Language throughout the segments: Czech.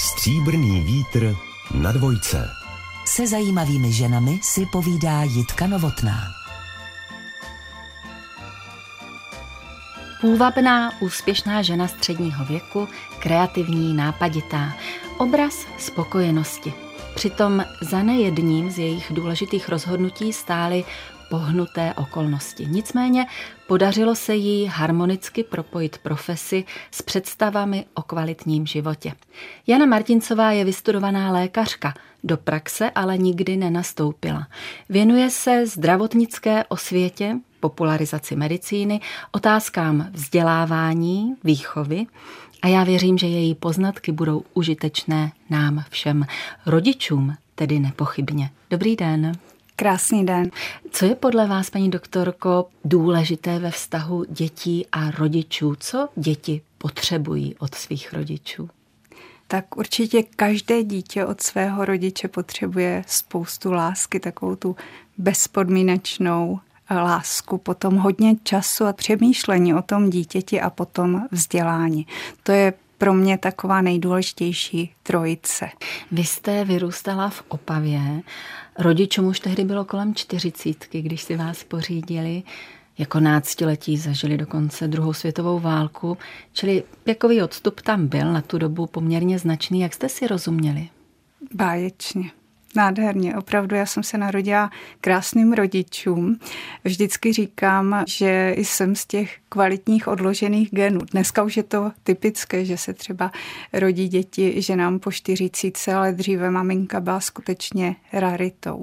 Stříbrný vítr na dvojce. Se zajímavými ženami si povídá Jitka Novotná. Půvabná, úspěšná žena středního věku, kreativní, nápaditá. Obraz spokojenosti. Přitom za nejedním z jejich důležitých rozhodnutí stály pohnuté okolnosti. Nicméně podařilo se jí harmonicky propojit profesi s představami o kvalitním životě. Jana Martincová je vystudovaná lékařka, do praxe ale nikdy nenastoupila. Věnuje se zdravotnické osvětě, popularizaci medicíny, otázkám vzdělávání, výchovy a já věřím, že její poznatky budou užitečné nám všem, rodičům tedy nepochybně. Dobrý den. Krásný den. Co je podle vás, paní doktorko, důležité ve vztahu dětí a rodičů? Co děti potřebují od svých rodičů? Tak určitě každé dítě od svého rodiče potřebuje spoustu lásky, takovou tu bezpodmínečnou lásku, potom hodně času a přemýšlení o tom dítěti a potom vzdělání. To je pro mě taková nejdůležitější trojice. Vy jste vyrůstala v Opavě. Rodičům už tehdy bylo kolem 40, když si vás pořídili. Jako náctiletí zažili dokonce druhou světovou válku, čili věkový odstup tam byl na tu dobu poměrně značný. Jak jste si rozuměli? Báječně. Nádherně, opravdu já jsem se narodila krásným rodičům. Vždycky říkám, že jsem z těch kvalitních odložených genů. Dneska už je to typické, že se třeba rodí děti ženám po 40, ale dříve maminka byla skutečně raritou.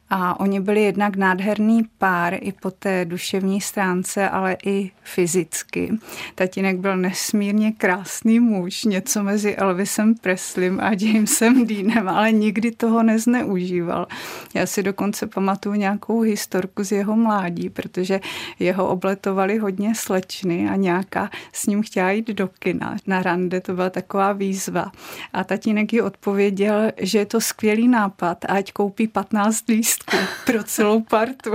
A oni byli jednak nádherný pár i po té duševní stránce, ale i fyzicky. Tatínek byl nesmírně krásný muž, něco mezi Elvisem Presleym a Jamesem Deanem, ale nikdy toho nezneužíval. Já si dokonce pamatuju nějakou historku z jeho mládí, protože jeho obletovali hodně slečny a nějaká s ním chtěla jít do kina. Na rande to byla taková výzva. A tatínek jí odpověděl, že je to skvělý nápad, ať koupí 15 lístků pro celou partu.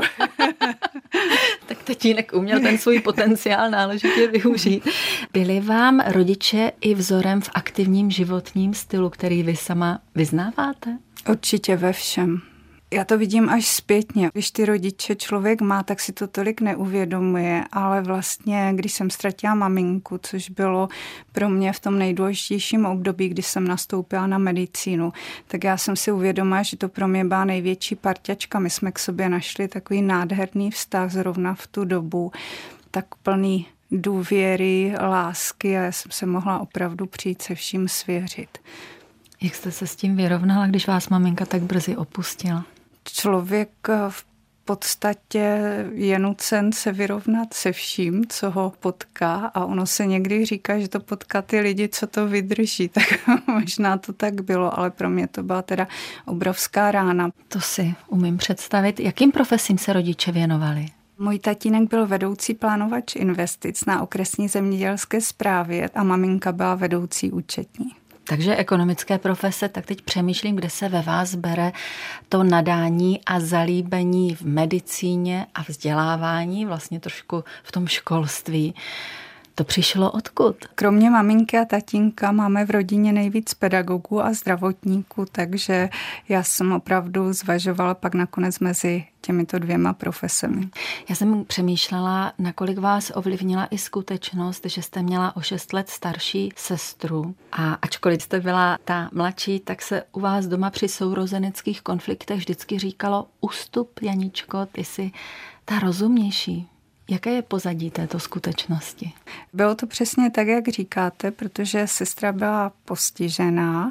Tak tatínek uměl ten svůj potenciál náležitě využít. Byli vám rodiče i vzorem v aktivním životním stylu, který vy sama vyznáváte? Určitě ve všem. Já to vidím až zpětně. Když ty rodiče člověk má, tak si to tolik neuvědomuje, ale vlastně, když jsem ztratila maminku, což bylo pro mě v tom nejdůležitějším období, kdy jsem nastoupila na medicínu, tak já jsem si uvědomila, že to pro mě byla největší parťačka. My jsme k sobě našli takový nádherný vztah zrovna v tu dobu, tak plný důvěry, lásky a já jsem se mohla opravdu přijít se vším svěřit. Jak jste se s tím vyrovnala, když vás maminka tak brzy opustila? Člověk v podstatě je nucen se vyrovnat se vším, co ho potká a ono se někdy říká, že to potká ty lidi, co to vydrží, tak možná to tak bylo, ale pro mě to byla teda obrovská rána. To si umím představit. Jakým profesím se rodiče věnovali? Můj tatínek byl vedoucí plánovač investic na okresní zemědělské správě a maminka byla vedoucí účetní. Takže ekonomické profese, tak teď přemýšlím, kde se ve vás bere to nadání a zalíbení v medicíně a vzdělávání, vlastně trošku v tom školství. To přišlo odkud? Kromě maminky a tatínka máme v rodině nejvíc pedagogů a zdravotníků, takže já jsem opravdu zvažovala pak nakonec mezi těmito dvěma profesemi. Já jsem přemýšlela, nakolik vás ovlivnila i skutečnost, že jste měla o 6 let starší sestru a ačkoliv jste byla ta mladší, tak se u vás doma při sourozeneckých konfliktech vždycky říkalo: ustup, Janičko, ty jsi ta rozumnější. Jaké je pozadí této skutečnosti? Bylo to přesně tak, jak říkáte, protože sestra byla postižená,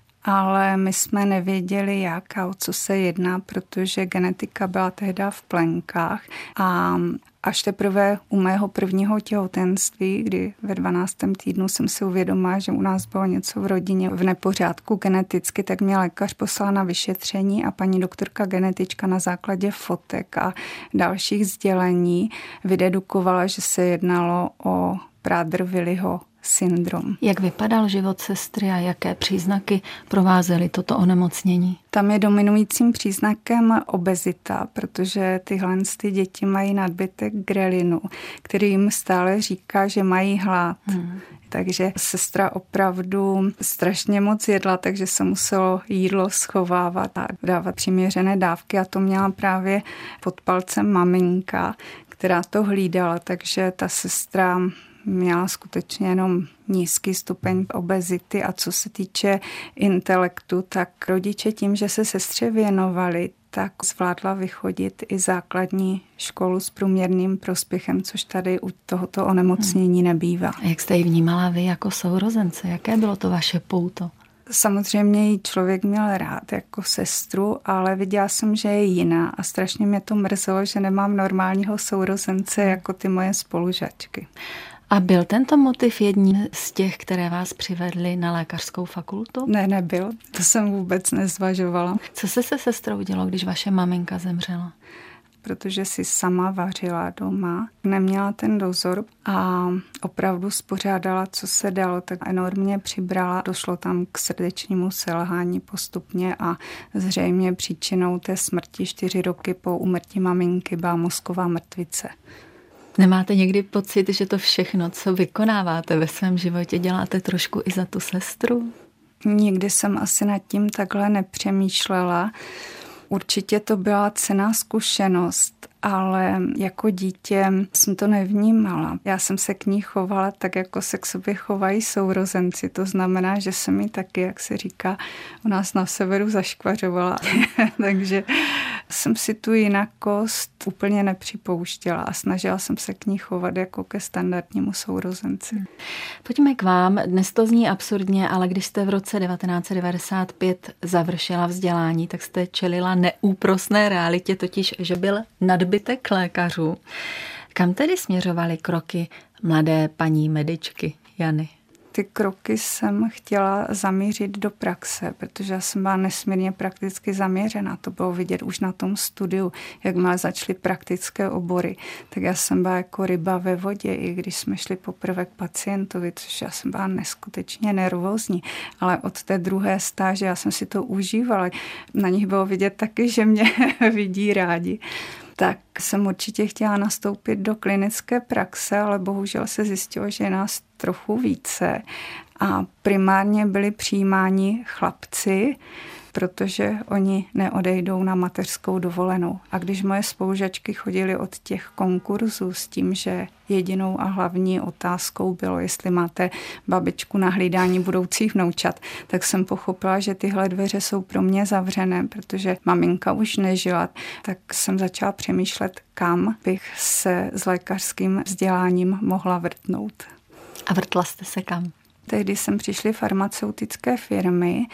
ale my jsme nevěděli, jak a o co se jedná, protože genetika byla tehdy v plenkách a až teprve u mého prvního těhotenství, kdy ve 12. týdnu jsem si uvědomila, že u nás bylo něco v rodině v nepořádku geneticky, tak mě lékař poslal na vyšetření a paní doktorka genetička na základě fotek a dalších sdělení vydedukovala, že se jednalo o Prader-Williho syndrom. Jak vypadal život sestry a jaké příznaky provázely toto onemocnění? Tam je dominujícím příznakem obezita, protože tyhle děti mají nadbytek grelinu, který jim stále říká, že mají hlad. takže sestra opravdu strašně moc jedla, takže se muselo jídlo schovávat a dávat přiměřené dávky a to měla právě pod palcem maminka, která to hlídala, takže ta sestra měla skutečně jenom nízký stupeň obezity a co se týče intelektu, tak rodiče tím, že se sestře věnovali, tak zvládla vychodit i základní školu s průměrným prospěchem, což tady u tohoto onemocnění nebývá. A jak jste ji vnímala vy jako sourozence? Jaké bylo to vaše pouto? Samozřejmě ji člověk měl rád jako sestru, ale viděla jsem, že je jiná a strašně mě to mrzelo, že nemám normálního sourozence jako ty moje spolužačky. A byl tento motiv jedním z těch, které vás přivedly na lékařskou fakultu? Ne, nebyl. To jsem vůbec nezvažovala. Co se sestrou dělo, když vaše maminka zemřela? Protože si sama vařila doma, neměla ten dozor a opravdu spořádala, co se dalo, tak enormně přibrala. Došlo tam k srdečnímu selhání postupně a zřejmě příčinou té smrti 4 roky po úmrtí maminky byla mozková mrtvice. Nemáte někdy pocit, že to všechno, co vykonáváte ve svém životě, děláte trošku i za tu sestru? Nikdy jsem asi nad tím takhle nepřemýšlela. Určitě to byla cenná zkušenost, ale jako dítě jsem to nevnímala. Já jsem se k ní chovala tak, jako se k sobě chovají sourozenci. To znamená, že jsem mi taky, jak se říká, u nás na severu zaškvařovala. Takže jsem si tu jinakost úplně nepřipouštěla a snažila jsem se k ní chovat jako ke standardnímu sourozenci. Pojďme k vám. Dnes to zní absurdně, ale když jste v roce 1995 završila vzdělání, tak jste čelila neúprosné realitě, totiž, že byl nadbytek lékařů. Kam tedy směřovaly kroky mladé paní medičky Jany? Ty kroky jsem chtěla zamířit do praxe, protože já jsem byla nesmírně prakticky zaměřená. To bylo vidět už na tom studiu, jakmile začaly praktické obory. Tak já jsem byla jako ryba ve vodě, i když jsme šli poprvé k pacientovi, což já jsem byla neskutečně nervózní. Ale od té druhé stáže já jsem si to užívala. Na nich bylo vidět taky, že mě vidí rádi. Tak jsem určitě chtěla nastoupit do klinické praxe, ale bohužel se zjistilo, že je nás trochu více. A primárně byli přijímáni chlapci, protože oni neodejdou na mateřskou dovolenou. A když moje spolužačky chodily od těch konkurzů s tím, že jedinou a hlavní otázkou bylo, jestli máte babičku na hlídání budoucích vnoučat, tak jsem pochopila, že tyhle dveře jsou pro mě zavřené, protože maminka už nežila. Tak jsem začala přemýšlet, kam bych se s lékařským vzděláním mohla vrtnout. A vrtla jste se kam? Tehdy jsem přišly farmaceutické firmy,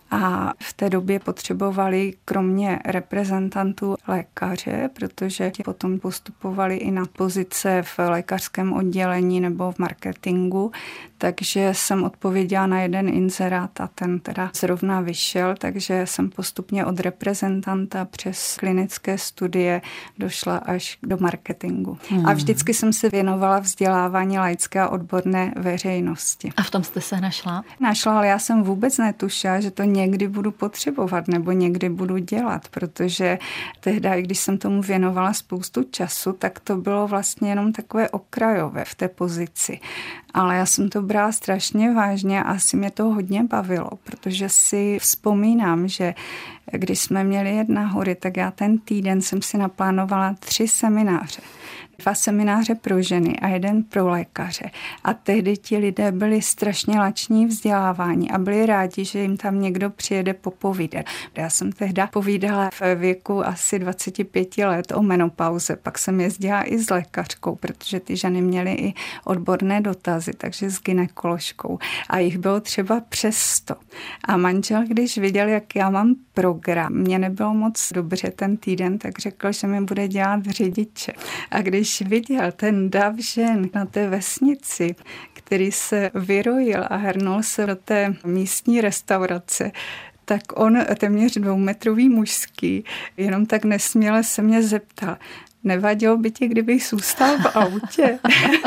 a v té době potřebovali kromě reprezentantů lékaře, protože ti potom postupovali i na pozice v lékařském oddělení nebo v marketingu. Takže jsem odpověděla na jeden inzerát a ten teda zrovna vyšel, takže jsem postupně od reprezentanta přes klinické studie došla až do marketingu. A vždycky jsem se věnovala vzdělávání laické a odborné veřejnosti. A v tom jste se našla? Našla, ale já jsem vůbec netušila, že to někdy budu potřebovat nebo někdy budu dělat, protože tehdy, když jsem tomu věnovala spoustu času, tak to bylo vlastně jenom takové okrajové v té pozici. Ale já jsem to brala strašně vážně a asi mě to hodně bavilo, protože si vzpomínám, že když jsme měli jet na hory, tak já ten týden jsem si naplánovala 3 semináře. 2 semináře pro ženy a 1 pro lékaře. A tehdy ti lidé byli strašně lační vzdělávání a byli rádi, že jim tam někdo přijede popovídat. Já jsem tehdy povídala v věku asi 25 let o menopauze, pak jsem jezdila i s lékařkou, protože ty ženy měly i odborné dotazy, takže s gynekoložkou. A jich bylo třeba přes 100. A manžel, když viděl, jak já mám program, mě nebylo moc dobře ten týden, tak řekl, že mi bude dělat řidiče. A když viděl ten dav žen na té vesnici, který se vyrojil a hrnul se do té místní restaurace, tak on, téměř 2metrový mužský, jenom tak nesměle se mě zeptal, nevadilo by ti, kdybych zůstal v autě?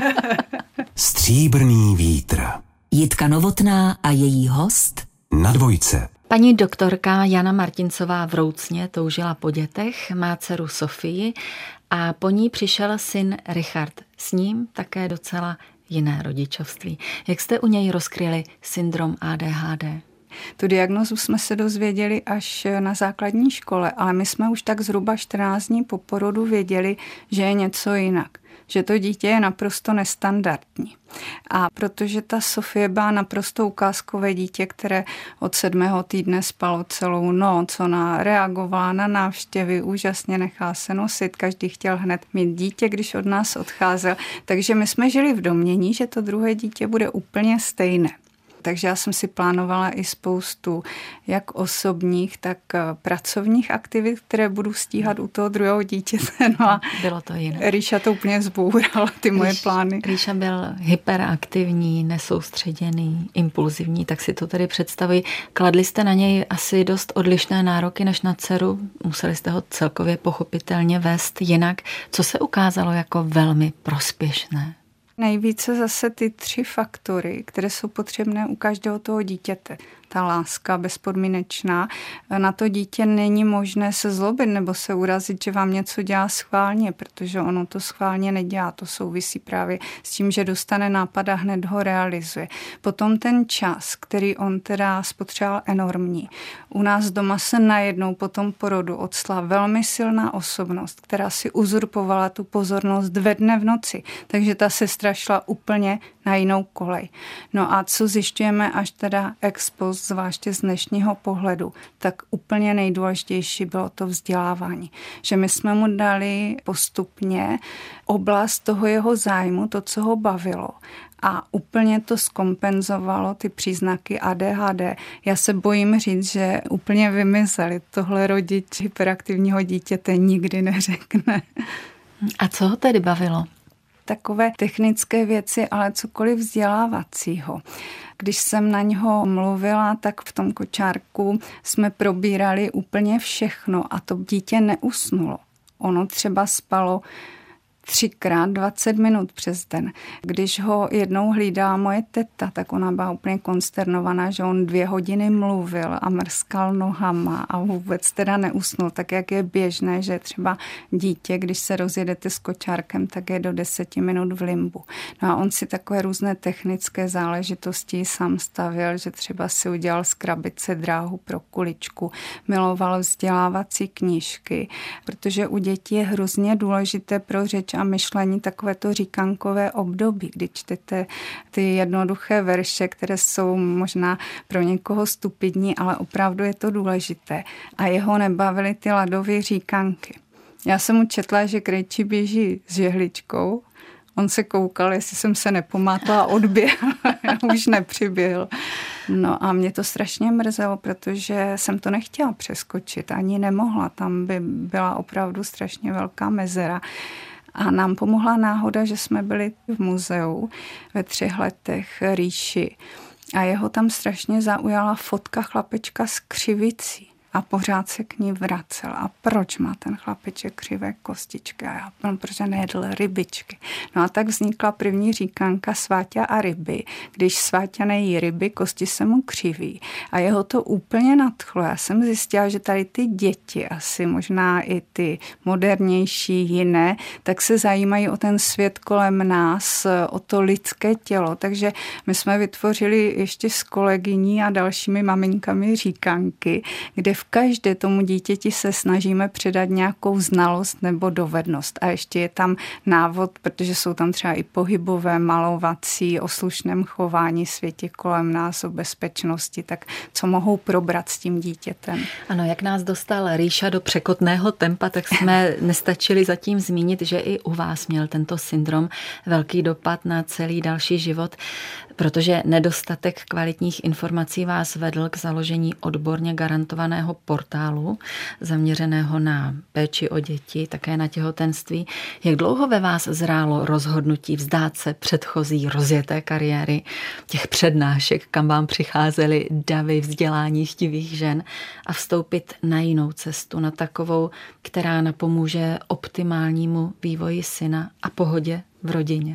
Stříbrný vítr. Jitka Novotná a její host Na dvojce. Paní doktorka Jana Martincová vroucně toužila po dětech, má dceru Sofii a po ní přišel syn Richard. S ním také docela jiné rodičovství. Jak jste u něj rozkryli syndrom ADHD? Tu diagnózu jsme se dozvěděli až na základní škole, ale my jsme už tak zhruba 14 dní po porodu věděli, že je něco jinak. Že to dítě je naprosto nestandardní. A protože ta Sofie byla naprosto ukázkové dítě, které od 7. týdne spalo celou noc, ona reagovala na návštěvy, úžasně nechala se nosit, každý chtěl hned mít dítě, když od nás odcházel. Takže my jsme žili v domnění, že to druhé dítě bude úplně stejné. Takže já jsem si plánovala i spoustu jak osobních, tak pracovních aktivit, které budu stíhat u toho druhého dítěte. No a bylo to jinak. Ríša to úplně zbourala, ty moje plány. Ríša byl hyperaktivní, nesoustředěný, impulzivní, tak si to tedy představuji. Kladli jste na něj asi dost odlišné nároky než na dceru. Museli jste ho celkově pochopitelně vést jinak. Co se ukázalo jako velmi prospěšné? Nejvíce zase ty 3 faktory, které jsou potřebné u každého toho dítěte. Ta láska bezpodmínečná. Na to dítě není možné se zlobit nebo se urazit, že vám něco dělá schválně, protože ono to schválně nedělá. To souvisí právě s tím, že dostane nápad a hned ho realizuje. Potom ten čas, který on teda spotřeboval enormní. U nás doma se najednou po tom porodu odstla velmi silná osobnost, která si uzurpovala tu pozornost ve dne v noci. Takže ta sestra šla úplně na jinou kolej. No a co zjišťujeme až teda ex post, zvláště z dnešního pohledu, tak úplně nejdůležitější bylo to vzdělávání. Že my jsme mu dali postupně oblast toho jeho zájmu, to, co ho bavilo. A úplně to zkompenzovalo ty příznaky ADHD. Já se bojím říct, že úplně vymizeli. Tohle rodič hyperaktivního dítěte nikdy neřekne. A co ho tedy bavilo? Takové technické věci, ale cokoliv vzdělávacího. Když jsem na něho mluvila, tak v tom kočárku jsme probírali úplně všechno a to dítě neusnulo. Ono třeba spalo 3x 20 minut přes den. Když ho jednou hlídala moje teta, tak ona byla úplně konsternovaná, že on 2 hodiny mluvil a mrskal nohama a vůbec teda neusnul, tak jak je běžné, že třeba dítě, když se rozjedete s kočárkem, tak je do 10 minut v limbu. No a on si takové různé technické záležitosti sám stavěl, že třeba si udělal z krabice dráhu pro kuličku, miloval vzdělávací knížky, protože u dětí je hrozně důležité pro řeč a myšlení takové to říkankové období, kdy čtete ty jednoduché verše, které jsou možná pro někoho stupidní, ale opravdu je to důležité. A jeho nebavily ty ladové říkanky. Já jsem mu četla, že krejčí běží s žehličkou. On se koukal, jestli jsem se nepomátla a odběhl. Už nepřiběhl. No a mě to strašně mrzelo, protože jsem to nechtěla přeskočit. Ani nemohla. Tam by byla opravdu strašně velká mezera. A nám pomohla náhoda, že jsme byli v muzeu ve 3 letech Ríši. A jeho tam strašně zaujala fotka chlapečka s křivicí. A pořád se k ní vracel. A proč má ten chlapeček křivé kostičky? A já, protože nejedl rybičky. No a tak vznikla první říkanka Sváťa a ryby. Když Sváťa nejí ryby, kosti se mu křiví. A jeho to úplně nadchlo. Já jsem zjistila, že tady ty děti, asi možná i ty modernější jiné, tak se zajímají o ten svět kolem nás, o to lidské tělo. Takže my jsme vytvořili ještě s kolegyní a dalšími maminkami říkanky, kde v každé tomu dítěti se snažíme předat nějakou znalost nebo dovednost. A ještě je tam návod, protože jsou tam třeba i pohybové, malovací, o slušném chování, světě kolem nás, o bezpečnosti, tak co mohou probrat s tím dítětem. Ano, jak nás dostal Ríša do překotného tempa, tak jsme nestačili zatím zmínit, že i u vás měl tento syndrom velký dopad na celý další život, protože nedostatek kvalitních informací vás vedl k založení odborně garantovaného portálu zaměřeného na péči o děti, také na těhotenství. Jak dlouho ve vás zrálo rozhodnutí vzdát se předchozí rozjeté kariéry, těch přednášek, kam vám přicházely davy vzdělání chtivých žen a vstoupit na jinou cestu, na takovou, která napomůže optimálnímu vývoji syna a pohodě v rodině?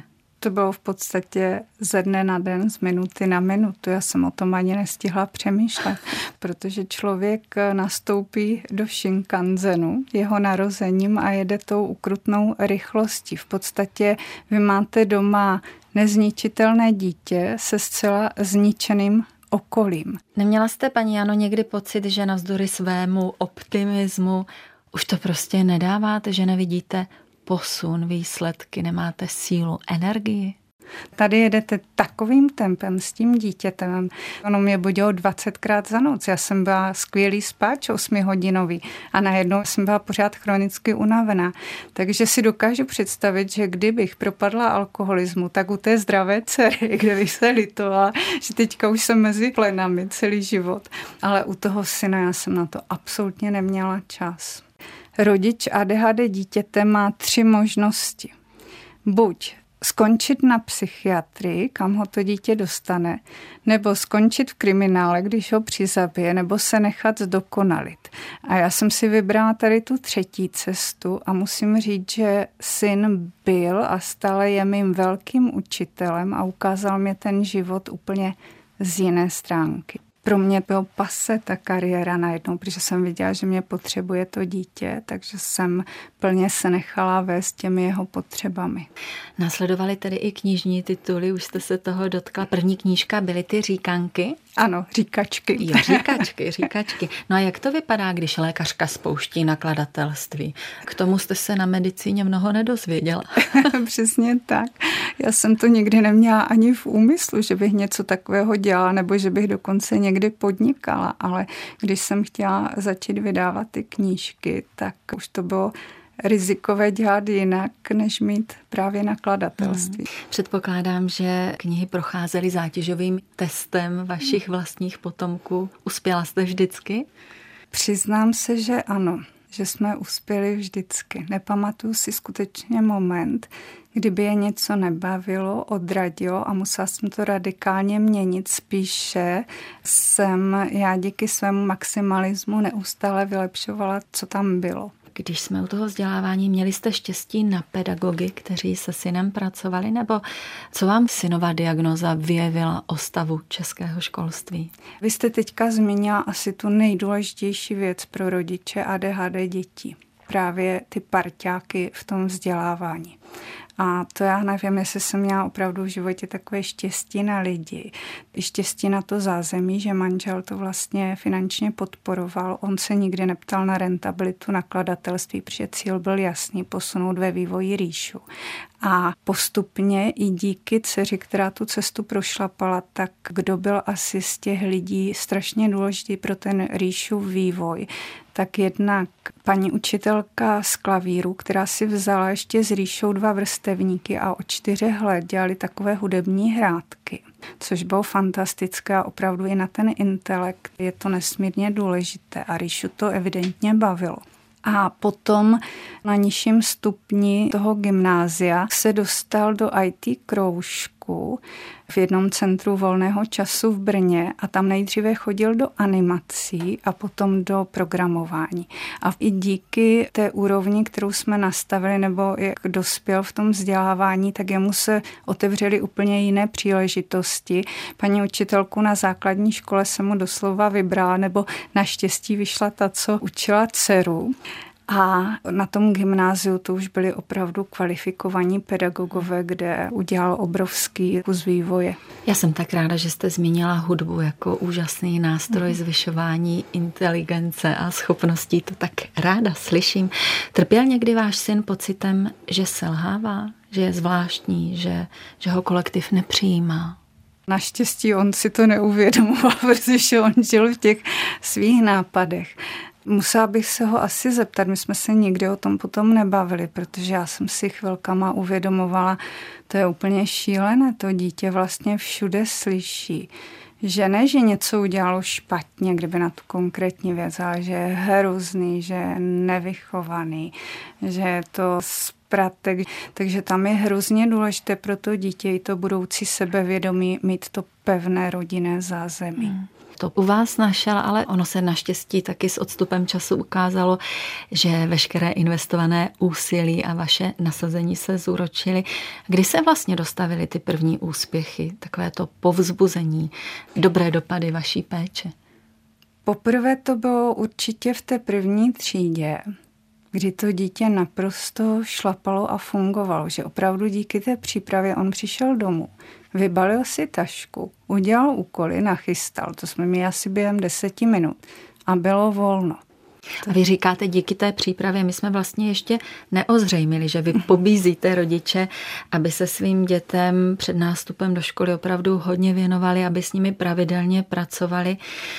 to bylo v podstatě ze dne na den, z minuty na minutu. Já jsem o tom ani nestihla přemýšlet, protože člověk nastoupí do Shinkanzenu jeho narozením a jede tou ukrutnou rychlostí. V podstatě vy máte doma nezničitelné dítě se zcela zničeným okolím. Neměla jste, paní Jano, někdy pocit, že navzdory svému optimismu už to prostě nedáváte, že nevidíte posun, výsledky, nemáte sílu, energii? Tady jedete takovým tempem s tím dítětem. Ono mě budilo 20krát za noc. Já jsem byla skvělý spáč 8hodinový a najednou jsem byla pořád chronicky unavená. Takže si dokážu představit, že kdybych propadla alkoholismu, tak u té zdravé dcery, kde bych se litovala, že teďka už jsem mezi plenami celý život. Ale u toho syna já jsem na to absolutně neměla čas. Rodič ADHD dítěte má 3 možnosti. Buď skončit na psychiatrii, kam ho to dítě dostane, nebo skončit v kriminále, když ho přizabije, nebo se nechat zdokonalit. A já jsem si vybrala tady tu 3. cestu a musím říct, že syn byl a stále je mým velkým učitelem a ukázal mě ten život úplně z jiné stránky. Pro mě bylo pase ta kariéra najednou, protože jsem viděla, že mě potřebuje to dítě, takže jsem plně se nechala vést těmi jeho potřebami. Následovaly tedy i knižní tituly, už jste se toho dotkla. První knížka byly ty říkanky? Ano, říkačky. Jo, říkačky. No a jak to vypadá, když lékařka spouští nakladatelství? K tomu jste se na medicíně mnoho nedozvěděla. Přesně tak. Já jsem to nikdy neměla ani v úmyslu, že bych něco takového dělala, nebo že bych dokonce někdy podnikala, ale když jsem chtěla začít vydávat ty knížky, tak už to bylo rizikové dělat jinak, než mít právě nakladatelství. Předpokládám, že knihy procházely zátěžovým testem vašich vlastních potomků. Uspěla jste vždycky? Přiznám se, že ano, že jsme uspěli vždycky. Nepamatuju si skutečně moment, kdyby je něco nebavilo, odradilo a musela jsem to radikálně měnit. Spíše jsem já díky svému maximalismu neustále vylepšovala, co tam bylo. Když jsme u toho vzdělávání, měli jste štěstí na pedagogy, kteří se synem pracovali, nebo co vám synová diagnóza vyjevila o stavu českého školství? Vy jste teďka zmínila asi tu nejdůležitější věc pro rodiče ADHD dětí. Právě ty parťáky v tom vzdělávání. A to já nevím, jestli jsem měla opravdu v životě takové štěstí na lidi. Štěstí na to zázemí, že manžel to vlastně finančně podporoval. On se nikdy neptal na rentabilitu nakladatelství, protože cíl byl jasný, posunout ve vývoji Ríšu. A postupně i díky dceři, která tu cestu prošlapala, tak kdo byl asi z těch lidí strašně důležitý pro ten Ríšův vývoj, tak jednak paní učitelka z klavíru, která si vzala ještě s Ríšou 2 vrstevníky a od 4 let dělali takové hudební hrátky, což bylo fantastické a opravdu i na ten intelekt je to nesmírně důležité a Ríšu to evidentně bavilo. A potom na nižším stupni toho gymnázia se dostal do IT kroužku v jednom centru volného času v Brně a tam nejdříve chodil do animací a potom do programování. A i díky té úrovni, kterou jsme nastavili, nebo jak dospěl v tom vzdělávání, tak jemu se otevřely úplně jiné příležitosti. Paní učitelku na základní škole se mu doslova vybrala, nebo naštěstí vyšla ta, co učila dceru. A na tom gymnáziu to už byli opravdu kvalifikovaní pedagogové, kde udělal obrovský kus vývoje. Já jsem tak ráda, že jste zmínila hudbu jako úžasný nástroj zvyšování inteligence a schopností. To tak ráda slyším. Trpěl někdy váš syn pocitem, že selhává, že je zvláštní, že ho kolektiv nepřijímá? Naštěstí on si to neuvědomoval, protože on žil v těch svých nápadech. Musela bych se ho asi zeptat, my jsme se nikdy o tom potom nebavili, protože já jsem si chvilkama uvědomovala, to je úplně šílené, to dítě vlastně všude slyší. Že ne, že něco udělalo špatně, kdyby na tu konkrétní věc, ale že je hrozný, že je nevychovaný, že je to spratek. Takže tam je hrozně důležité pro to dítě i to budoucí sebevědomí mít to pevné rodinné zázemí. To u vás našel, ale ono se naštěstí taky s odstupem času ukázalo, že veškeré investované úsilí a vaše nasazení se zúročily. Kdy se vlastně dostavily ty první úspěchy, takové to povzbuzení, dobré dopady vaší péče? Poprvé to bylo určitě v té první třídě, kdy to dítě naprosto šlapalo a fungovalo, že opravdu díky té přípravě on přišel domů, vybalil si tašku, udělal úkoly, nachystal, to jsme měli asi během 10 minut a bylo volno. A vy říkáte, díky té přípravě, my jsme vlastně ještě neozřejmili, že vy pobízíte rodiče, aby se svým dětem před nástupem do školy opravdu hodně věnovali, aby s nimi pravidelně pracovali.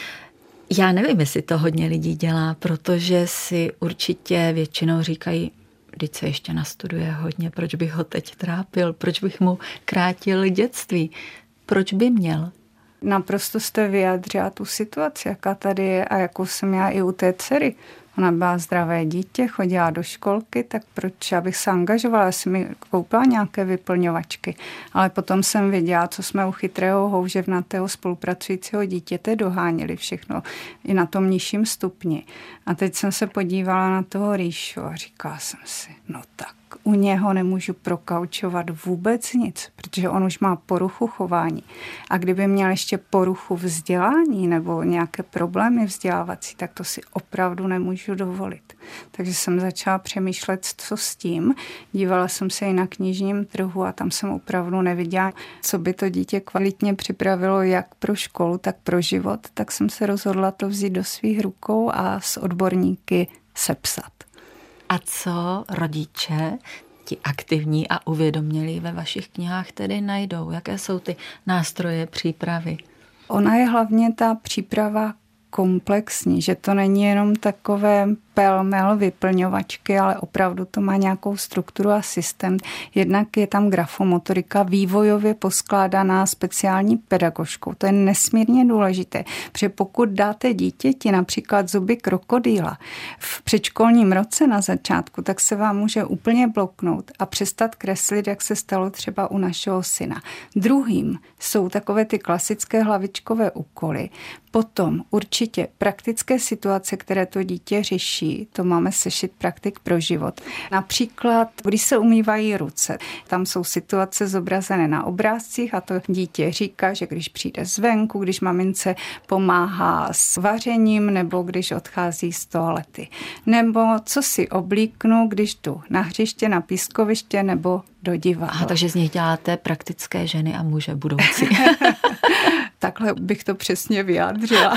Já nevím, jestli to hodně lidí dělá, protože si určitě většinou říkají, vždyť se ještě nastuduje hodně, proč bych ho teď trápil, proč bych mu krátil dětství, proč by měl? Naprosto jste vyjádřila tu situaci, jaká tady je a jakou jsem já i u té dcery. Ona byla zdravé dítě, chodila do školky, tak proč abych se angažovala? Já jsem mi koupila nějaké vyplňovačky, ale potom jsem viděla, co jsme u chytrého houževnatého spolupracujícího dítěte doháněli všechno i na tom nižším stupni. A teď jsem se podívala na toho Ríšu a říkala jsem si, no tak u něho nemůžu prokaučovat vůbec nic, protože on už má poruchu chování. A kdyby měl ještě poruchu vzdělání nebo nějaké problémy vzdělávací, tak to si opravdu nemůžu dovolit. Takže jsem začala přemýšlet, co s tím. Dívala jsem se i na knižním trhu a tam jsem opravdu neviděla, co by to dítě kvalitně připravilo jak pro školu, tak pro život. Tak jsem se rozhodla to vzít do svých rukou a s odborníky sepsat. A co rodiče, ti aktivní a uvědomělí ve vašich knihách tedy najdou? Jaké jsou ty nástroje přípravy? Ona je hlavně ta příprava komplexní, že to není jenom takové pelmel vyplňovačky, ale opravdu to má nějakou strukturu a systém. Jednak je tam grafomotorika vývojově poskládaná speciální pedagožkou. To je nesmírně důležité, protože pokud dáte dítěti například zuby krokodýla v předškolním roce na začátku, tak se vám může úplně bloknout a přestat kreslit, jak se stalo třeba u našeho syna. Druhým jsou takové ty klasické hlavičkové úkoly. Potom určitě praktické situace, které to dítě řeší, to máme sešit praktik pro život. Například, když se umývají ruce, tam jsou situace zobrazené na obrázcích a to dítě říká, že když přijde zvenku, když mamince pomáhá s vařením nebo když odchází z toalety. Nebo co si oblíknu, když jdu na hřiště, na pískoviště nebo do divadla. Aha, takže z nich děláte praktické ženy a muže budoucí. Takhle bych to přesně vyjádřila.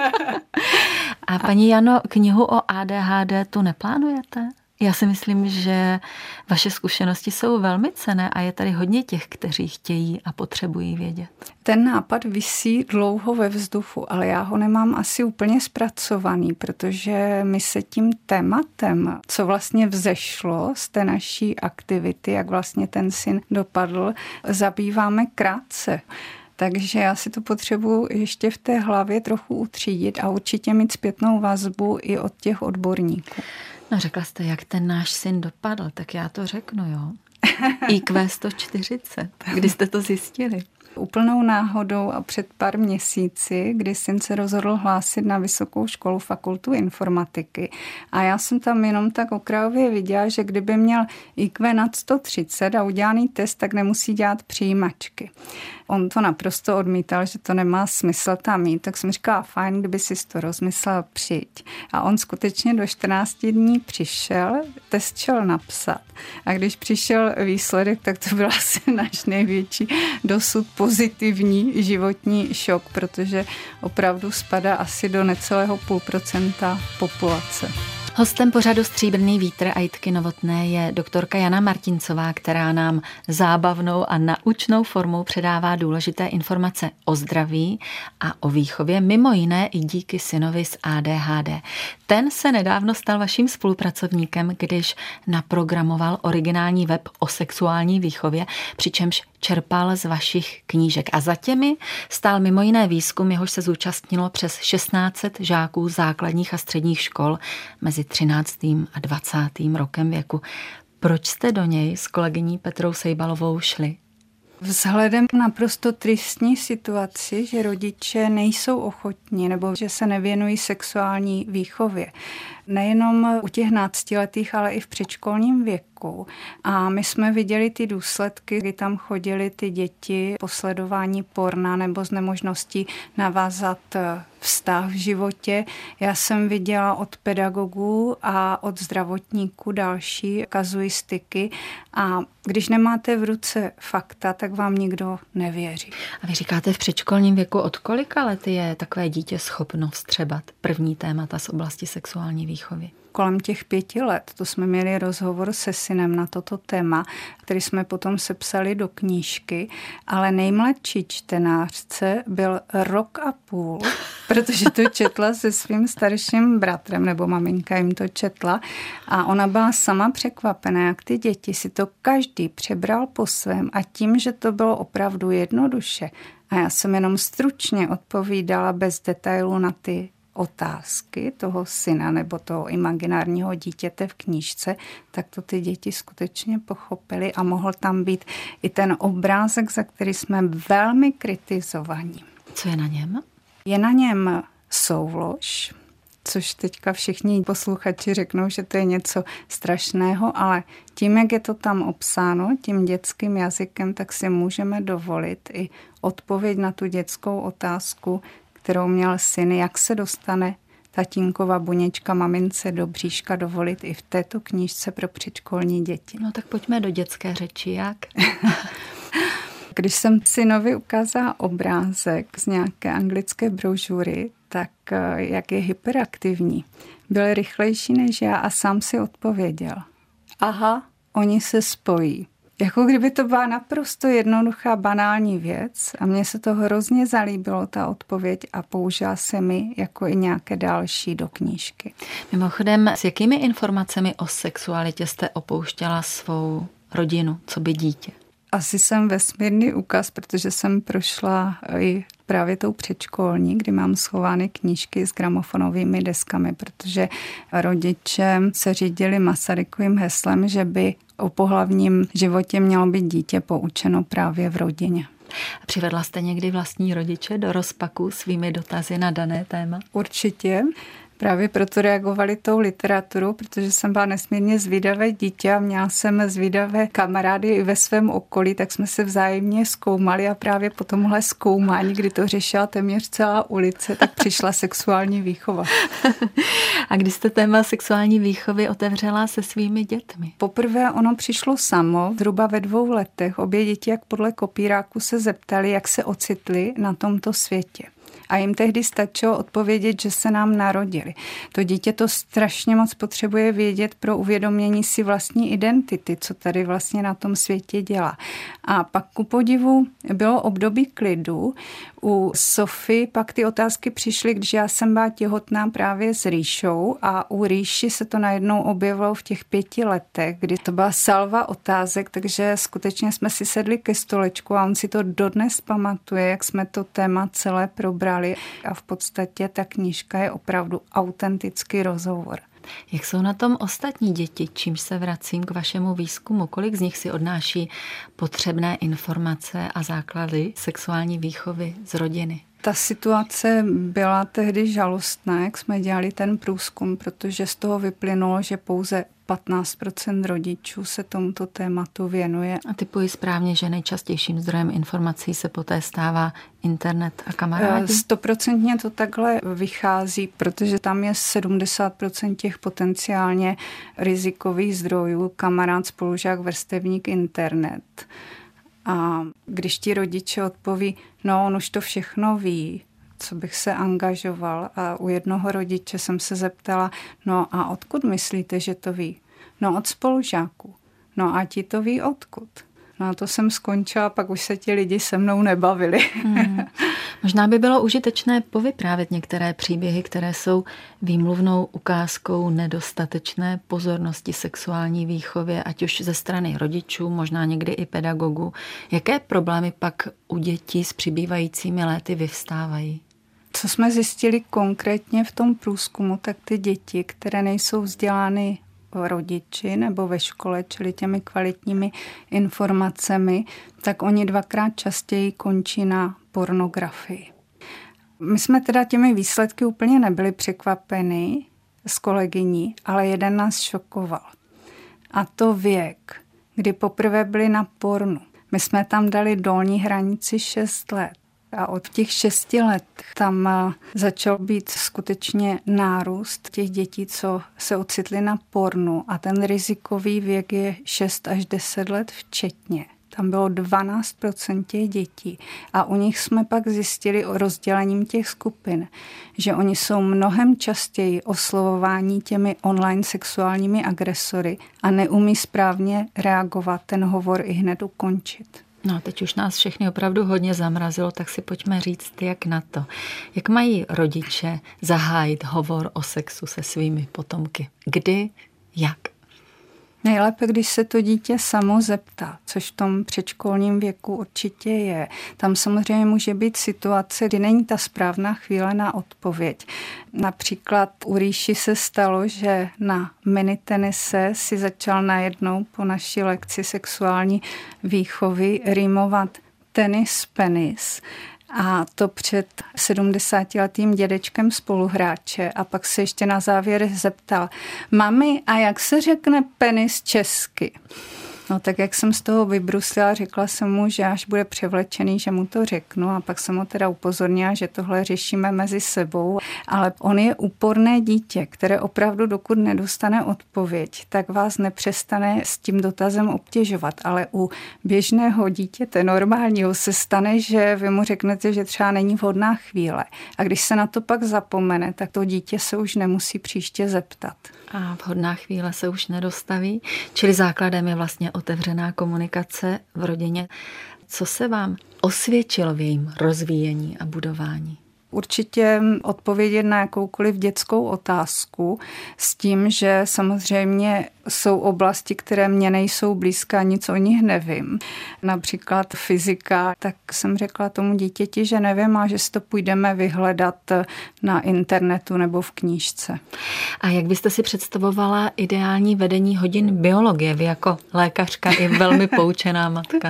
A paní Jano, knihu o ADHD tu neplánujete? Já si myslím, že vaše zkušenosti jsou velmi cenné a je tady hodně těch, kteří chtějí a potřebují vědět. Ten nápad visí dlouho ve vzduchu, ale já ho nemám asi úplně zpracovaný, protože my se tím tématem, co vlastně vzešlo z té naší aktivity, jak vlastně ten syn dopadl, zabýváme krátce. Takže já si to potřebuji ještě v té hlavě trochu utřídit a určitě mít zpětnou vazbu i od těch odborníků. No řekla jste, jak ten náš syn dopadl, tak já to řeknu, jo. IQ 140. Kdy jste to zjistili? Úplnou náhodou a před pár měsíci, kdy syn se rozhodl hlásit na vysokou školu fakultu informatiky. A já jsem tam jenom tak okrajově viděla, že kdyby měl IQ nad 130 a udělaný test, tak nemusí dělat přijímačky. On to naprosto odmítal, že to nemá smysl tam mít, tak jsem říkala, fajn, kdyby si to rozmyslel, přijď. A on skutečně do 14 dní přišel, test šel napsat. A když přišel výsledek, tak to byl asi náš největší dosud pozitivní životní šok, protože opravdu spadá asi do necelého 0,5% populace. Hostem pořadu Stříbrný vítr a Jitky Novotné je doktorka Jana Martincová, která nám zábavnou a naučnou formou předává důležité informace o zdraví a o výchově, mimo jiné i díky synovi s ADHD. Ten se nedávno stal vaším spolupracovníkem, když naprogramoval originální web o sexuální výchově, přičemž čerpal z vašich knížek. A za těmi stál mimo jiné výzkum, jehož se zúčastnilo přes 1600 žáků základních a středních škol mezi 13. a 20. rokem věku. Proč jste do něj s kolegyní Petrou Sejbalovou šli? Vzhledem k naprosto tristní situaci, že rodiče nejsou ochotní nebo že se nevěnují sexuální výchově, nejenom u těch náctiletých, ale i v předškolním věku. A my jsme viděli ty důsledky, kdy tam chodili ty děti po sledování porna nebo z nemožností navázat vztah v životě. Já jsem viděla od pedagogů a od zdravotníků další kazuistiky a když nemáte v ruce fakta, tak vám nikdo nevěří. A vy říkáte v předškolním věku, od kolika let je takové dítě schopno vstřebat první témata z oblasti sexuální výchovy? Kolem těch 5 let, to jsme měli rozhovor se synem na toto téma, který jsme potom sepsali do knížky, ale nejmladší čtenářce byl 1,5 roku, protože to četla se svým starším bratrem, nebo maminka jim to četla a ona byla sama překvapená, jak ty děti si to každý přebral po svém a tím, že to bylo opravdu jednoduše. A já jsem jenom stručně odpovídala bez detailů na ty otázky toho syna nebo toho imaginárního dítěte v knížce, tak to ty děti skutečně pochopily a mohl tam být i ten obrázek, za který jsme velmi kritizovaní. Co je na něm? Je na něm soulož, což teďka všichni posluchači řeknou, že to je něco strašného, ale tím, jak je to tam obsáno, tím dětským jazykem, tak si můžeme dovolit i odpověď na tu dětskou otázku, kterou měl syn, jak se dostane tatínkova buněčka mamince do bříška, dovolit i v této knížce pro předškolní děti. No tak pojďme do dětské řeči, jak? Když jsem synovi ukázala obrázek z nějaké anglické brožury, tak jak je hyperaktivní, byl rychlejší než já a sám si odpověděl. Aha, oni se spojí. Jako kdyby to byla naprosto jednoduchá, banální věc a mně se to hrozně zalíbilo, ta odpověď a použila se mi jako i nějaké další do knížky. Mimochodem, s jakými informacemi o sexualitě jste opouštěla svou rodinu, co by dítě? Asi jsem vesmírný úkaz, protože jsem prošla i právě tou předškolní, kdy mám schovány knížky s gramofonovými deskami, protože rodiče se řídili Masarykovým heslem, že by o pohlavním životě mělo být dítě poučeno právě v rodině. Přivedla jste někdy vlastní rodiče do rozpaku svými dotazy na dané téma? Určitě. Právě proto reagovali tou literaturou, protože jsem byla nesmírně zvídavé dítě a měla jsem zvídavé kamarády i ve svém okolí, tak jsme se vzájemně zkoumali a právě po tomhle zkoumání, kdy to řešila téměř celá ulice, tak přišla sexuální výchova. A kdy jste téma sexuální výchovy otevřela se svými dětmi? Poprvé ono přišlo samo, zhruba ve 2 letech. Obě děti, jak podle kopíráku, se zeptali, jak se ocitli na tomto světě. A jim tehdy stačilo odpovědět, že se nám narodili. To dítě to strašně moc potřebuje vědět pro uvědomění si vlastní identity, co tady vlastně na tom světě dělá. A pak ku podivu bylo období klidu. U Sofy pak ty otázky přišly, když já jsem byla těhotná právě s Ríšou a u Ríši se to najednou objevilo v těch 5 letech, kdy to byla salva otázek, takže skutečně jsme si sedli ke stolečku a on si to dodnes pamatuje, jak jsme to téma celé probrali a v podstatě ta knížka je opravdu autentický rozhovor. Jak jsou na tom ostatní děti, čímž se vracím k vašemu výzkumu? Kolik z nich si odnáší potřebné informace a základy sexuální výchovy z rodiny? Ta situace byla tehdy žalostná, jak jsme dělali ten průzkum, protože z toho vyplynulo, že pouze 15% rodičů se tomuto tématu věnuje. A typuji správně, že nejčastějším zdrojem informací se poté stává internet a kamarádi? 100% to takhle vychází, protože tam je 70% těch potenciálně rizikových zdrojů, kamarád, spolužák, vrstevník, internet. A když ti rodiče odpoví, no on už to všechno ví, co bych se angažoval. A u jednoho rodiče jsem se zeptala, no a odkud myslíte, že to ví? No od spolužáků. No a ti to ví odkud? No a to jsem skončila, pak už se ti lidi se mnou nebavili. Možná by bylo užitečné povyprávět některé příběhy, které jsou výmluvnou ukázkou nedostatečné pozornosti sexuální výchově, ať už ze strany rodičů, možná někdy i pedagogů. Jaké problémy pak u dětí s přibývajícími léty vyvstávají? Co jsme zjistili konkrétně v tom průzkumu, tak ty děti, které nejsou vzdělány rodiči nebo ve škole, čili těmi kvalitními informacemi, tak oni 2krát častěji končí na pornografii. My jsme teda těmi výsledky úplně nebyli překvapeni s kolegyní, ale jeden nás šokoval. A to věk, kdy poprvé byli na pornu. My jsme tam dali dolní hranici 6 let. A od těch 6 let tam začal být skutečně nárůst těch dětí, co se ocitly na pornu. A ten rizikový věk je 6 až 10 let včetně. Tam bylo 12% těch dětí. A u nich jsme pak zjistili o rozdělením těch skupin, že oni jsou mnohem častěji oslovováni těmi online sexuálními agresory a neumí správně reagovat, ten hovor i hned ukončit. No, teď už nás všechny opravdu hodně zamrazilo, tak si pojďme říct, jak na to. Jak mají rodiče zahájit hovor o sexu se svými potomky? Kdy? Jak? Nejlépe, když se to dítě samo zeptá, což v tom předškolním věku určitě je. Tam samozřejmě může být situace, kdy není ta správná chvíle na odpověď. Například u Ríši se stalo, že na minitenise si začal najednou po naší lekci sexuální výchovy rýmovat tenis, penis. A to před 70letým dědečkem spoluhráče. A pak se ještě na závěr zeptal: mami, a jak se řekne penis česky? No tak jak jsem z toho vybruslila, řekla jsem mu, že až bude převlečený, že mu to řeknu, a pak jsem ho teda upozornila, že tohle řešíme mezi sebou. Ale on je úporné dítě, které opravdu dokud nedostane odpověď, tak vás nepřestane s tím dotazem obtěžovat. Ale u běžného dítěte, normálního, se stane, že vy mu řeknete, že třeba není vhodná chvíle. A když se na to pak zapomene, tak to dítě se už nemusí příště zeptat. A vhodná chvíle se už nedostaví, čili základem je vlastně otevřená komunikace v rodině. Co se vám osvědčilo v jejím rozvíjení a budování? Určitě odpovědět na jakoukoliv dětskou otázku s tím, že samozřejmě jsou oblasti, které mně nejsou blízké, nic o nich nevím. Například fyzika, tak jsem řekla tomu dítěti, že nevím a že si to půjdeme vyhledat na internetu nebo v knížce. A jak byste si představovala ideální vedení hodin biologie? Vy jako lékařka i velmi poučená matka.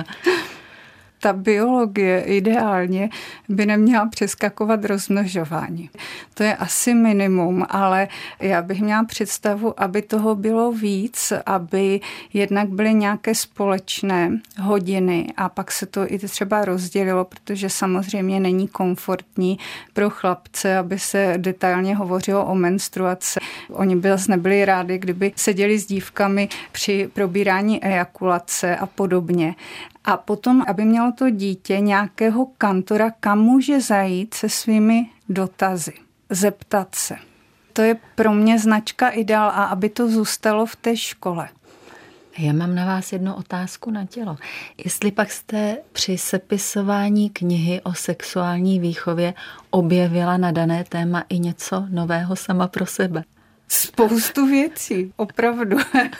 Ta biologie ideálně by neměla přeskakovat rozmnožování. To je asi minimum, ale já bych měla představu, aby toho bylo víc, aby jednak byly nějaké společné hodiny a pak se to i třeba rozdělilo, protože samozřejmě není komfortní pro chlapce, aby se detailně hovořilo o menstruaci. Oni by zase nebyli rádi, kdyby seděli s dívkami při probírání ejakulace a podobně. A potom, aby mělo to dítě nějakého kantora, kam může zajít se svými dotazy, zeptat se. To je pro mě značka ideál a aby to zůstalo v té škole. Já mám na vás jednu otázku na tělo. Jestli pak jste při sepisování knihy o sexuální výchově objevila na dané téma i něco nového sama pro sebe? Spoustu věcí, opravdu.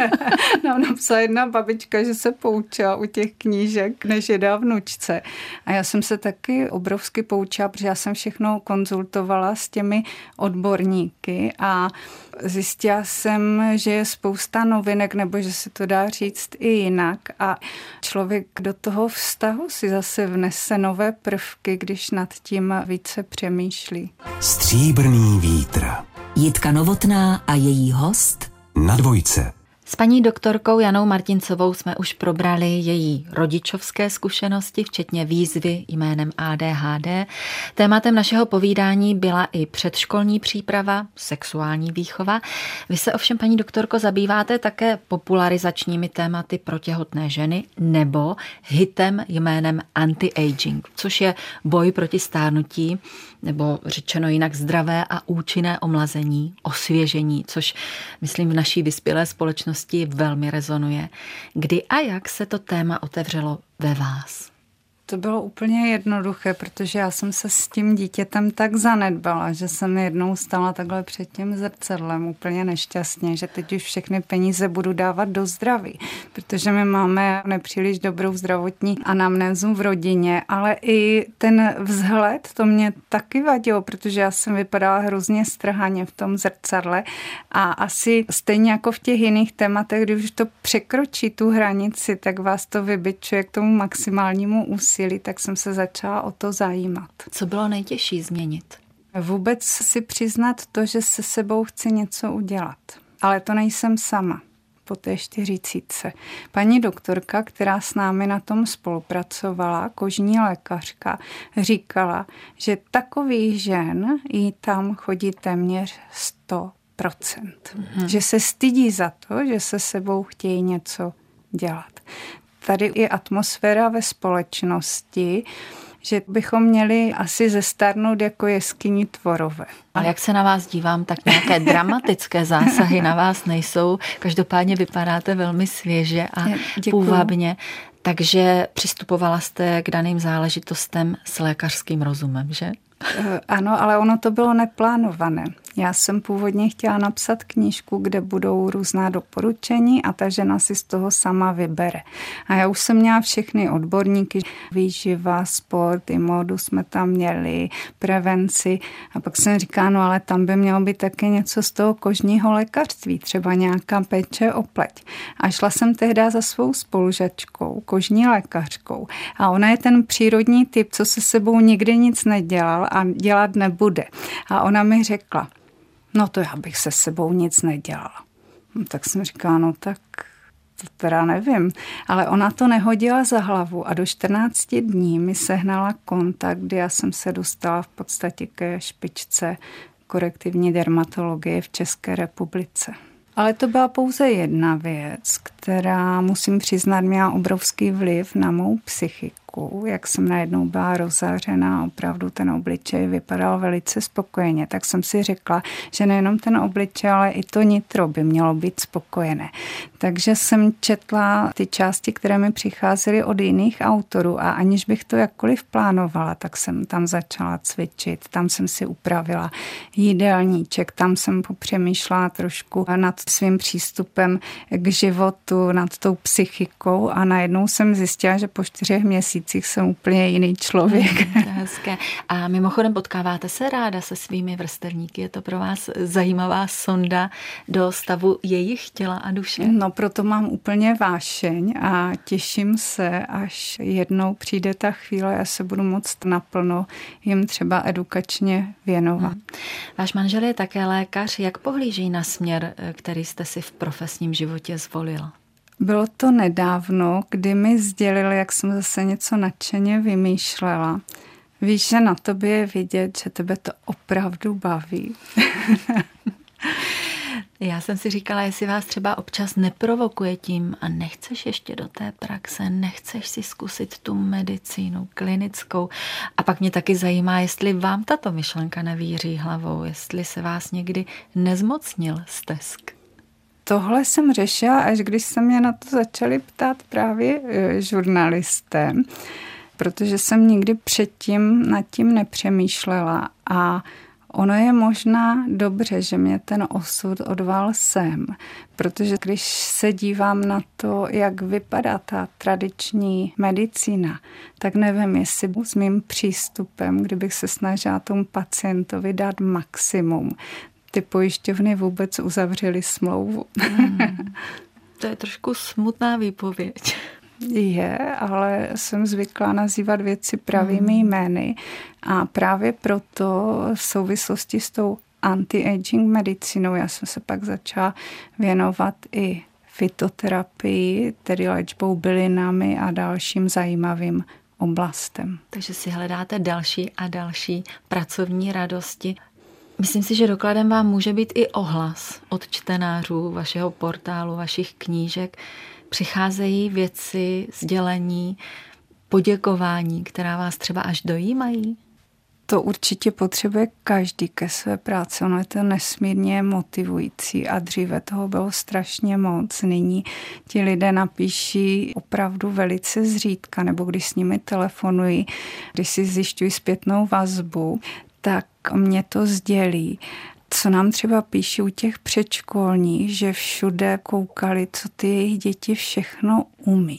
Nám napsala jedna babička, že se poučila u těch knížek, než je dá vnučce. A já jsem se taky obrovsky poučila, protože já jsem všechno konzultovala s těmi odborníky a zjistila jsem, že je spousta novinek, nebo že se to dá říct i jinak. A člověk do toho vztahu si zase vnese nové prvky, když nad tím více přemýšlí. Stříbrný vítr. Jitka Novotná a její host Na dvojce. S paní doktorkou Janou Martincovou jsme už probrali její rodičovské zkušenosti, včetně výzvy jménem ADHD. Tématem našeho povídání byla i předškolní příprava, sexuální výchova. Vy se ovšem, paní doktorko, zabýváte také popularizačními tématy pro těhotné ženy nebo hitem jménem anti-aging, což je boj proti stárnutí, nebo řečeno jinak zdravé a účinné omlazení, osvěžení, což myslím v naší vyspělé společnosti velmi rezonuje. Kdy a jak se to téma otevřelo ve vás? To bylo úplně jednoduché, protože já jsem se s tím dítětem tak zanedbala, že jsem jednou stala takhle před tím zrcadlem úplně nešťastně, že teď už všechny peníze budu dávat do zdraví, protože my máme nepříliš dobrou zdravotní anamnézu v rodině, ale i ten vzhled, to mě taky vadilo, protože já jsem vypadala hrozně strhaně v tom zrcadle a asi stejně jako v těch jiných tématech, když už to překročí tu hranici, tak vás to vybičuje k tomu maximálnímu úsilí, tak jsem se začala o to zajímat. Co bylo nejtěžší změnit? Vůbec si přiznat to, že se sebou chci něco udělat. Ale to nejsem sama po té 40. Paní doktorka, která s námi na tom spolupracovala, kožní lékařka, říkala, že takových žen jí tam chodí téměř 100%. Že se stydí za to, že se sebou chtějí něco dělat. Tady je atmosféra ve společnosti, že bychom měli asi zestárnout jako jeskyni tvorové. A jak se na vás dívám, tak nějaké dramatické zásahy na vás nejsou. Každopádně vypadáte velmi svěže a půvabně. Takže přistupovala jste k daným záležitostem s lékařským rozumem, že? Ano, ale ono to bylo neplánované. Já jsem původně chtěla napsat knížku, kde budou různá doporučení a ta žena si z toho sama vybere. A já už jsem měla všechny odborníky, výživa, sport, i módu jsme tam měli, prevenci. A pak jsem říkala, no ale tam by mělo být také něco z toho kožního lékařství, třeba nějaká péče o pleť. A šla jsem tehdy za svou spolužačkou, kožní lékařkou. A ona je ten přírodní typ, co se sebou nikdy nic nedělal a dělat nebude. A ona mi řekla, no to já bych se sebou nic nedělala. No, tak jsem říkala, no tak to teda nevím. Ale ona to nehodila za hlavu a do 14 dní mi sehnala kontakt, kdy já jsem se dostala v podstatě ke špičce korektivní dermatologie v České republice. Ale to byla pouze jedna věc, která, musím přiznat, měla obrovský vliv na mou psychiku. Jak jsem najednou byla rozářená, opravdu ten obličej vypadal velice spokojeně, tak jsem si řekla, že nejenom ten obličej, ale i to nitro by mělo být spokojené. Takže jsem četla ty části, které mi přicházely od jiných autorů a aniž bych to jakkoliv plánovala, tak jsem tam začala cvičit, tam jsem si upravila jídelníček, tam jsem popřemýšlela trošku nad svým přístupem k životu, nad tou psychikou a najednou jsem zjistila, že po 4 měsících jsem úplně jiný člověk. To je hezké. A mimochodem potkáváte se ráda se svými vrstevníky? Je to pro vás zajímavá sonda do stavu jejich těla a duše? No proto mám úplně vášeň a těším se, až jednou přijde ta chvíle, já se budu moct naplno jim třeba edukačně věnovat. Váš manžel je také lékař. Jak pohlíží na směr, který jste si v profesním životě zvolila? Bylo to nedávno, kdy mi sdělil, jak jsem zase něco nadšeně vymýšlela. Víš, že na tobě je vidět, že tebe to opravdu baví. Já jsem si říkala, jestli vás třeba občas neprovokuje tím a nechceš ještě do té praxe, nechceš si zkusit tu medicínu klinickou. A pak mě taky zajímá, jestli vám tato myšlenka nevíří hlavou, jestli se vás někdy nezmocnil stesk. Tohle jsem řešila, až když se mě na to začali ptát právě žurnalisté, protože jsem nikdy předtím nad tím nepřemýšlela a ono je možná dobře, že mě ten osud odval sem, protože když se dívám na to, jak vypadá ta tradiční medicína, tak nevím, jestli s mým přístupem, kdybych se snažila tomu pacientovi dát maximum, ty pojišťovny vůbec uzavřely smlouvu. To je trošku smutná výpověď. Je, ale jsem zvyklá nazývat věci pravými jmény a právě proto v souvislosti s tou anti-aging medicínou já jsem se pak začala věnovat i fytoterapii, tedy léčbou bylinami a dalším zajímavým oblastem. Takže si hledáte další a další pracovní radosti. Myslím si, že dokladem vám může být i ohlas od čtenářů vašeho portálu, vašich knížek. Přicházejí věci, sdělení, poděkování, která vás třeba až dojímají? To určitě potřebuje každý ke své práci. Ono je to nesmírně motivující a dříve toho bylo strašně moc. Nyní ti lidé napíší opravdu velice zřídka, nebo když s nimi telefonují, když si zjišťují zpětnou vazbu, tak mě to sdělí. Co nám třeba píší u těch předškolních, že všude koukali, co ty jejich děti všechno umí.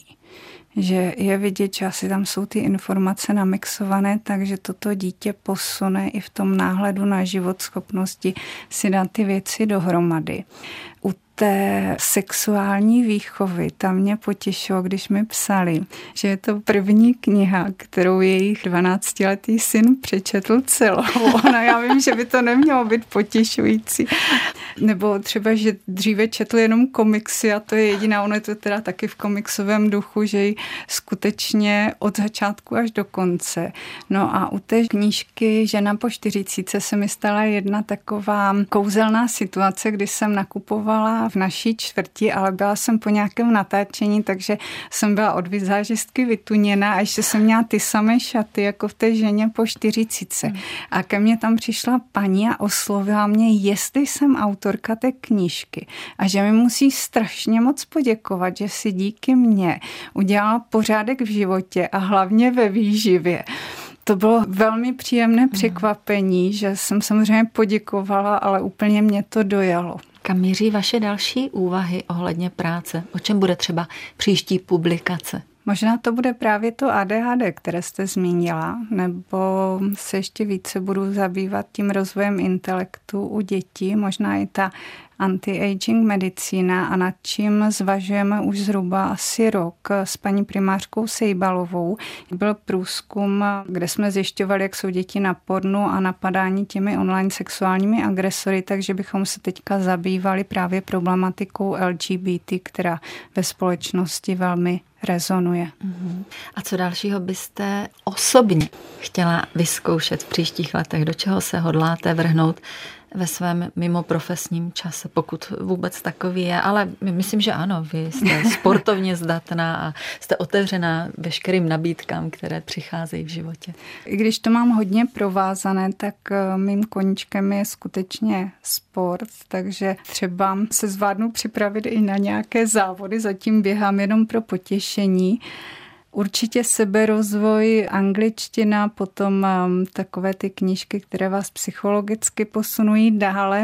Že je vidět, že asi tam jsou ty informace namixované, takže toto dítě posune i v tom náhledu na život, schopnosti si dát ty věci dohromady. U té sexuální výchovy, tam mě potěšilo, když mi psali, že je to první kniha, kterou jejich 12letý syn přečetl celou. Já vím, že by to nemělo být potěšující. Nebo třeba, že dříve četl jenom komiksy a to je jediná, ono je to teda taky v komiksovém duchu, že ji skutečně od začátku až do konce. No a u té knížky Žena po 40 se mi stala jedna taková kouzelná situace, kdy jsem nakupovala v naší čtvrti, ale byla jsem po nějakém natáčení, takže jsem byla od vizážistky vytuněná a ještě jsem měla ty samé šaty, jako v té Ženě po 40. A ke mně tam přišla paní a oslovila mě, jestli jsem autorka té knížky a že mi musí strašně moc poděkovat, že si díky mně udělala pořádek v životě a hlavně ve výživě. To bylo velmi příjemné překvapení, že jsem samozřejmě poděkovala, ale úplně mě to dojalo. Kam míří vaše další úvahy ohledně práce? O čem bude třeba příští publikace? Možná to bude právě to ADHD, které jste zmínila, nebo se ještě více budu zabývat tím rozvojem intelektu u dětí, možná i ta anti-aging medicína a nad čím zvažujeme už zhruba asi rok s paní primářkou Sejbalovou. Byl průzkum, kde jsme zjišťovali, jak jsou děti na pornu a napadání těmi online sexuálními agresory, takže bychom se teďka zabývali právě problematikou LGBT, která ve společnosti velmi rezonuje. A co dalšího byste osobně chtěla vyzkoušet v příštích letech? Do čeho se hodláte vrhnout ve svém mimo profesním čase, pokud vůbec takový je, ale myslím, že ano, vy jste sportovně zdatná a jste otevřená veškerým nabídkám, které přicházejí v životě. I když to mám hodně provázané, tak mým koníčkem je skutečně sport, takže třeba se zvládnu připravit i na nějaké závody, zatím běhám jenom pro potěšení. Určitě seberozvoj, angličtina, potom takové ty knížky, které vás psychologicky posunují dále.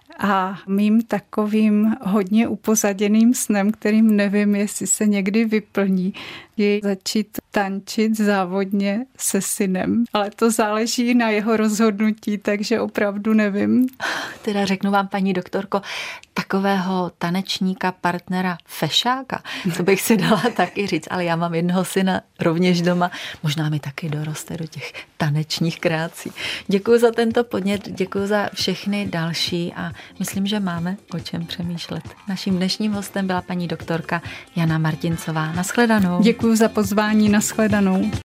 A mým takovým hodně upozaděným snem, kterým nevím, jestli se někdy vyplní, je začít tančit závodně se synem. Ale to záleží na jeho rozhodnutí, takže opravdu nevím. Teda řeknu vám, paní doktorko, takového tanečníka, partnera, fešáka, to bych si dala taky říct, ale já mám jednoho syna rovněž doma, možná mi taky doroste do těch tanečních kreací. Děkuji za tento podnět, děkuji za všechny další a myslím, že máme o čem přemýšlet. Naším dnešním hostem byla paní doktorka Jana Martincová. Nashledanou. Děkuji za pozvání, nashledanou.